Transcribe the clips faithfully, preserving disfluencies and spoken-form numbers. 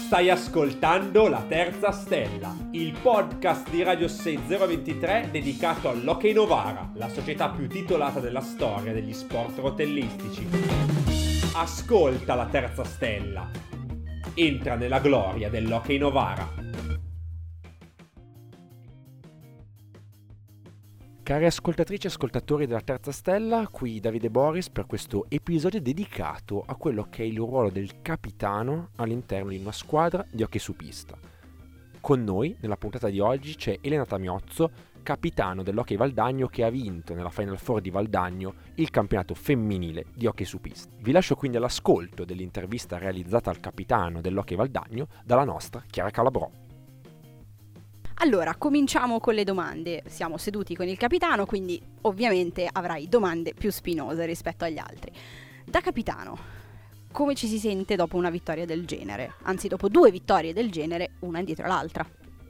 Stai ascoltando La Terza Stella, il podcast di Radio sei zero ventitré dedicato all'Hockey Novara, la società più titolata della storia degli sport rotellistici. Ascolta La Terza Stella. Entra nella gloria dell'Hockey Novara. Cari ascoltatrici e ascoltatori della Terza Stella, qui Davide Boris per questo episodio dedicato a quello che è il ruolo del capitano all'interno di una squadra di hockey su pista. Con noi, nella puntata di oggi, c'è Elena Tamiozzo, capitano dell'Hockey Valdagno, che ha vinto nella Final Four di Valdagno il campionato femminile di hockey su pista. Vi lascio quindi all'ascolto dell'intervista realizzata al capitano dell'Hockey Valdagno dalla nostra Chiara Calabrò. Allora, cominciamo con le domande. Siamo seduti con il capitano, quindi ovviamente avrai domande più spinose rispetto agli altri. Da capitano, come ci si sente dopo una vittoria del genere? Anzi, dopo due vittorie del genere, una dietro l'altra.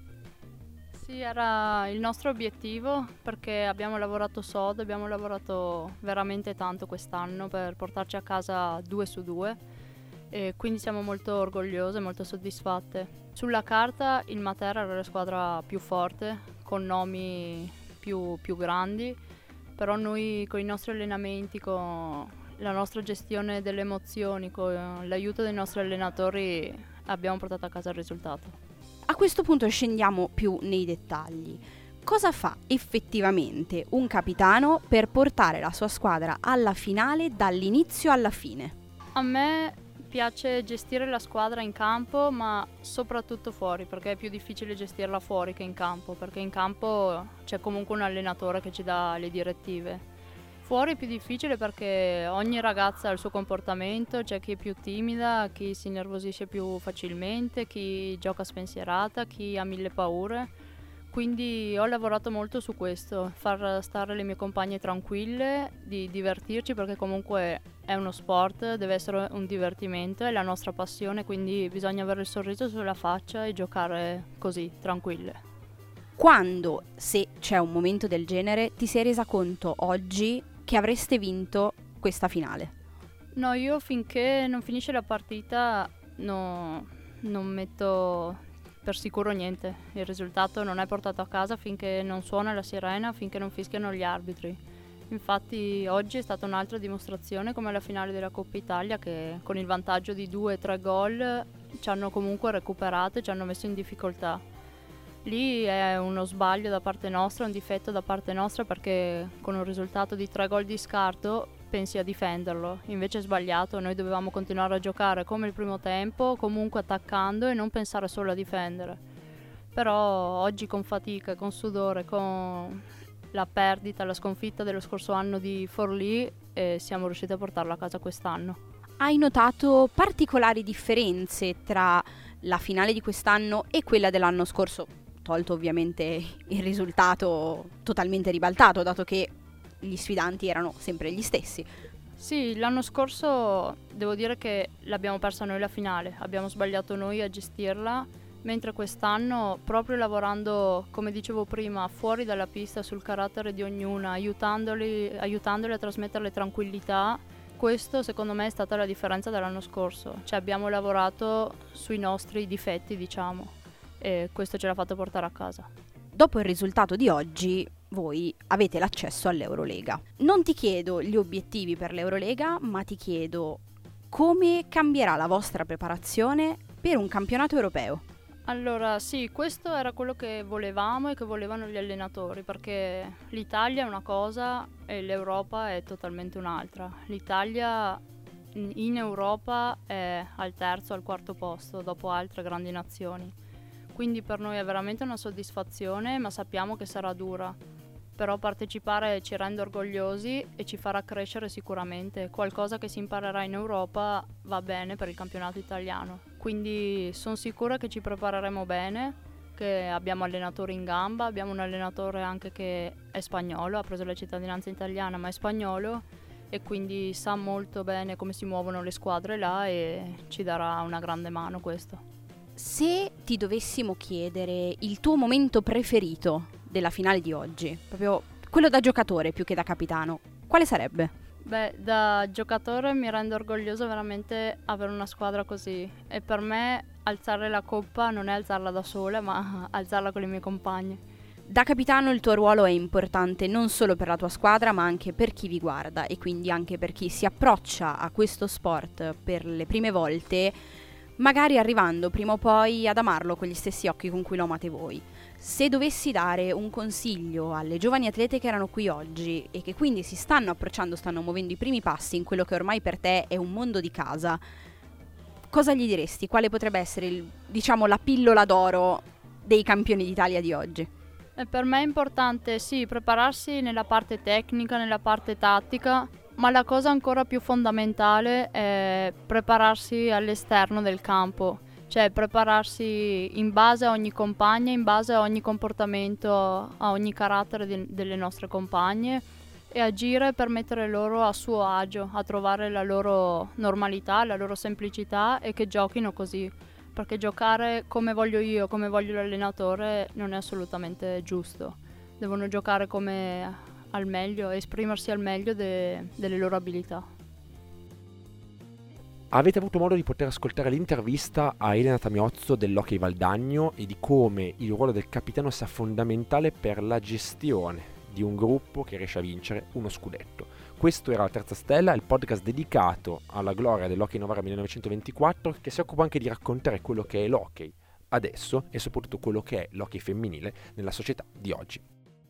Sì, era il nostro obiettivo perché abbiamo lavorato sodo, abbiamo lavorato veramente tanto quest'anno per portarci a casa due su due. E quindi siamo molto orgogliose, molto soddisfatte. Sulla carta il Matera era la squadra più forte, con nomi più, più grandi, però noi con i nostri allenamenti, con la nostra gestione delle emozioni, con l'aiuto dei nostri allenatori abbiamo portato a casa il risultato. A questo punto scendiamo più nei dettagli. Cosa fa effettivamente un capitano per portare la sua squadra alla finale dall'inizio alla fine? A me piace gestire la squadra in campo, ma soprattutto fuori, perché è più difficile gestirla fuori che in campo, perché in campo c'è comunque un allenatore che ci dà le direttive. Fuori è più difficile perché ogni ragazza ha il suo comportamento, c'è chi è più timida, chi si innervosisce più facilmente, chi gioca spensierata, chi ha mille paure. Quindi ho lavorato molto su questo, far stare le mie compagne tranquille, di divertirci, perché comunque è uno sport, deve essere un divertimento, è la nostra passione, quindi bisogna avere il sorriso sulla faccia e giocare così, tranquille. Quando, se c'è un momento del genere, ti sei resa conto oggi che avreste vinto questa finale? No, io finché non finisce la partita no, non metto per sicuro niente. Il risultato non è portato a casa finché non suona la sirena, finché non fischiano gli arbitri. Infatti oggi è stata un'altra dimostrazione, come alla finale della Coppa Italia, che con il vantaggio di due o tre gol ci hanno comunque recuperato e ci hanno messo in difficoltà. Lì è uno sbaglio da parte nostra, un difetto da parte nostra, perché con un risultato di tre gol di scarto pensi a difenderlo, invece è sbagliato. Noi dovevamo continuare a giocare come il primo tempo, comunque attaccando e non pensare solo a difendere. Però oggi con fatica, con sudore, con la perdita, la sconfitta dello scorso anno di Forlì, eh, siamo riusciti a portarla a casa quest'anno. Hai notato particolari differenze tra la finale di quest'anno e quella dell'anno scorso, tolto ovviamente il risultato totalmente ribaltato, dato che gli sfidanti erano sempre gli stessi? Sì, l'anno scorso devo dire che l'abbiamo persa noi la finale, abbiamo sbagliato noi a gestirla, mentre quest'anno, proprio lavorando, come dicevo prima, fuori dalla pista, sul carattere di ognuna, aiutandoli, aiutandoli a trasmettere tranquillità, questo secondo me è stata la differenza dell'anno scorso. Cioè abbiamo lavorato sui nostri difetti, diciamo, e questo ce l'ha fatto portare a casa. Dopo il risultato di oggi, voi avete l'accesso all'Eurolega. Non ti chiedo gli obiettivi per l'Eurolega, ma ti chiedo come cambierà la vostra preparazione per un campionato europeo. Allora sì, questo era quello che volevamo e che volevano gli allenatori, perché l'Italia è una cosa e l'Europa è totalmente un'altra. L'Italia in Europa è al terzo, al quarto posto, dopo altre grandi nazioni. Quindi per noi è veramente una soddisfazione, ma sappiamo che sarà dura. Però partecipare ci rende orgogliosi e ci farà crescere sicuramente. Qualcosa che si imparerà in Europa va bene per il campionato italiano. Quindi sono sicura che ci prepareremo bene, che abbiamo allenatori in gamba, abbiamo un allenatore anche che è spagnolo, ha preso la cittadinanza italiana ma è spagnolo, e quindi sa molto bene come si muovono le squadre là e ci darà una grande mano questo. Se ti dovessimo chiedere il tuo momento preferito della finale di oggi, proprio quello da giocatore più che da capitano, quale sarebbe? Beh, da giocatore mi rende orgoglioso veramente avere una squadra così, e per me alzare la coppa non è alzarla da sola, ma alzarla con i miei compagni. Da capitano il tuo ruolo è importante non solo per la tua squadra, ma anche per chi vi guarda, e quindi anche per chi si approccia a questo sport per le prime volte, magari arrivando prima o poi ad amarlo con gli stessi occhi con cui lo amate voi. Se dovessi dare un consiglio alle giovani atlete che erano qui oggi e che quindi si stanno approcciando, stanno muovendo i primi passi in quello che ormai per te è un mondo di casa, cosa gli diresti? Quale potrebbe essere, il, diciamo, la pillola d'oro dei campioni d'Italia di oggi? E per me è importante, sì, prepararsi nella parte tecnica, nella parte tattica, ma la cosa ancora più fondamentale è prepararsi all'esterno del campo. Cioè prepararsi in base a ogni compagna, in base a ogni comportamento, a ogni carattere di, delle nostre compagne, e agire per mettere loro a suo agio, a trovare la loro normalità, la loro semplicità, e che giochino così. Perché giocare come voglio io, come voglio l'allenatore, non è assolutamente giusto. Devono giocare come al meglio, esprimersi al meglio de, delle loro abilità. Avete avuto modo di poter ascoltare l'intervista a Elena Tamiozzo dell'Hockey Valdagno e di come il ruolo del capitano sia fondamentale per la gestione di un gruppo che riesce a vincere uno scudetto. Questo era La Terza Stella, il podcast dedicato alla gloria dell'Hockey Novara millenovecentoventiquattro, che si occupa anche di raccontare quello che è l'hockey adesso e soprattutto quello che è l'hockey femminile nella società di oggi.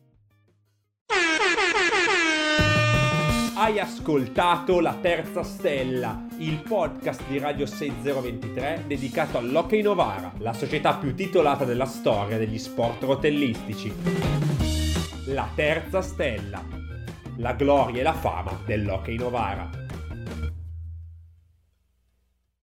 Hai ascoltato La Terza Stella, il podcast di Radio sei zero ventitré dedicato all'Hockey Novara, la società più titolata della storia degli sport rotellistici. La Terza Stella, la gloria e la fama dell'Hockey Novara.